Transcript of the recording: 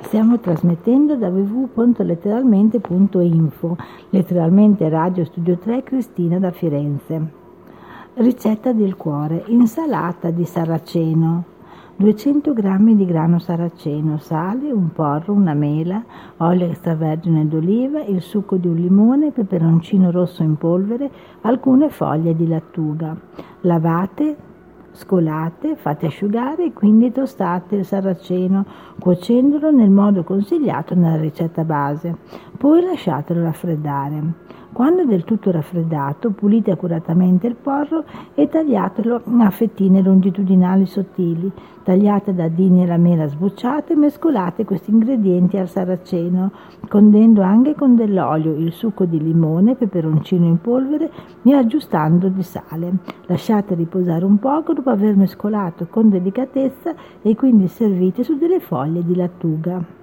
Stiamo trasmettendo da www.letteralmente.info, letteralmente Radio Studio 3 Cristina da Firenze. Ricetta del cuore: insalata di saraceno. 200 g di grano saraceno, sale, un porro, una mela, olio extravergine d'oliva, il succo di un limone, peperoncino rosso in polvere, alcune foglie di lattuga. Lavate, scolate, fate asciugare e quindi tostate il saraceno, cuocendolo nel modo consigliato nella ricetta base. Poi lasciatelo raffreddare. Quando è del tutto raffreddato, pulite accuratamente il porro e tagliatelo a fettine longitudinali sottili. Tagliate a dadini la mela sbucciata e mescolate questi ingredienti al saraceno, condendo anche con dell'olio, il succo di limone, peperoncino in polvere e aggiustando di sale. Lasciate riposare un poco dopo aver mescolato con delicatezza e quindi servite su delle foglie di lattuga.